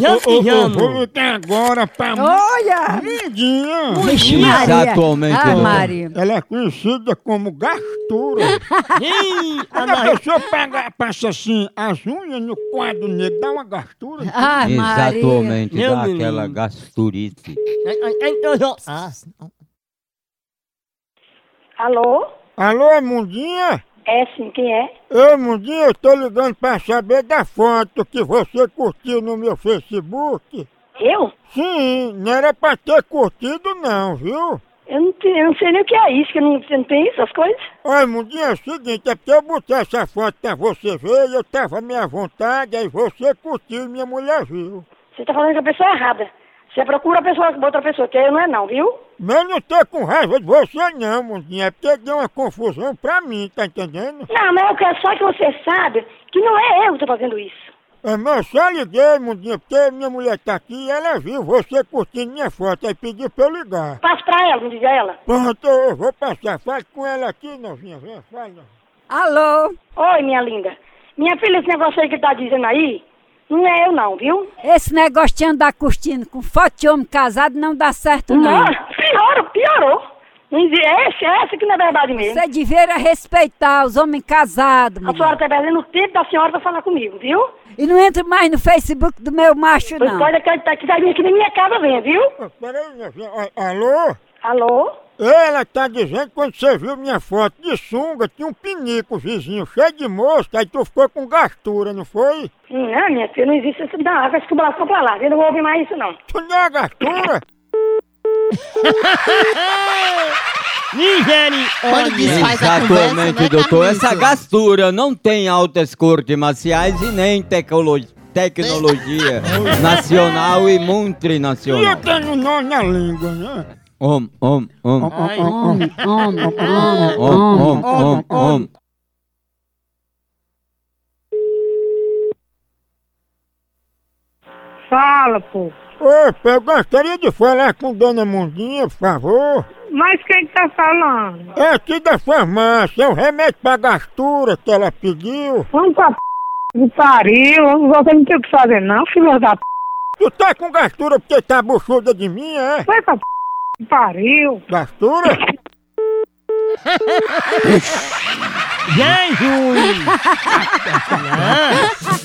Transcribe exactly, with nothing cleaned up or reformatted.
Já se chama. Vou ligar agora pra Olha! Mundinha. Vixe, Isso Maria. atualmente, Ah, doutor. Maria. Ela é conhecida como gastura. Ih, a Quando a barriga. pessoa pega, passa assim as unhas no quadro negro, dá uma gastura. Ah, Maria. Exatamente, Meu dá menino. aquela gasturite. Ai, ai, ai, eu já- Ah, Alô? Alô, é Mundinha? É sim, quem é? Ei, Mundinha, eu tô ligando pra saber da foto que você curtiu no meu Facebook. Eu? Sim, não era pra ter curtido não, viu? Eu não, te- eu não sei nem o que é isso, que eu não, você não tem essas coisas. Olha, Mundinha, é o seguinte, é porque eu botei essa foto pra você ver e eu tava à minha vontade, aí você curtiu e minha mulher viu. Você tá falando com a pessoa errada. Você procura a pessoa, outra pessoa, que eu não é não, viu? Mas eu não tô com raiva de você não, Mundinha, é porque deu uma confusão pra mim, tá entendendo? Não, mas eu quero só que você sabe que não é eu que tô fazendo isso. É, mas eu só liguei, Mundinha, porque minha mulher tá aqui e ela viu você curtindo minha foto, aí pediu pra eu ligar. Passe pra ela, me diga ela. Pronto, eu vou passar, fale com ela aqui, novinha, vem, fale. Alô? Oi, minha linda. Minha filha, esse negócio aí que tá dizendo aí, não é eu não, viu? Esse negócio de andar curtindo com foto de homem casado não dá certo, não. Não, piorou, piorou. Não existe- É esse, é esse que não é verdade mesmo. Você deveria respeitar os homens casados, A menina. senhora tá perdendo o tempo da senhora pra falar comigo, viu? E não entra mais no Facebook do meu macho, Pois não. pode acreditar que vai vir aqui na minha casa, vem, viu? Oh, peraí, novinha, ó, alô? Alô? Ela tá dizendo que quando você viu minha foto de sunga, tinha um pinico vizinho cheio de mosca, aí tu ficou com gastura, não foi? Não, minha filha, não existe isso. Não, vai se lascar pra lá. Eu não vou ouvir mais isso, não. Tu não é gastura? Misericórdia. desfaz a conversa, Exatamente, né, doutor. Carlinhos? Essa gastura não tem altas cortes marciais e nem tecnolo- tecnologia nacional e E eu multinacional. tenho nó na língua, né? Om, om, om, Ai, Homem, homem, homem, om, homem. om, om, om. Fala, pô. Opa, eu gostaria de falar com Dona Mundinha, por favor. Mas quem que tá falando? É aqui da farmácia, é um remédio pra gastura que ela pediu. Vamos pra p... que pariu. Você não tem o que fazer não, filho da p... Tu tá com gastura porque tá buchuda de mim, é? Vai pra p... que pariu. Gastura? Jesus!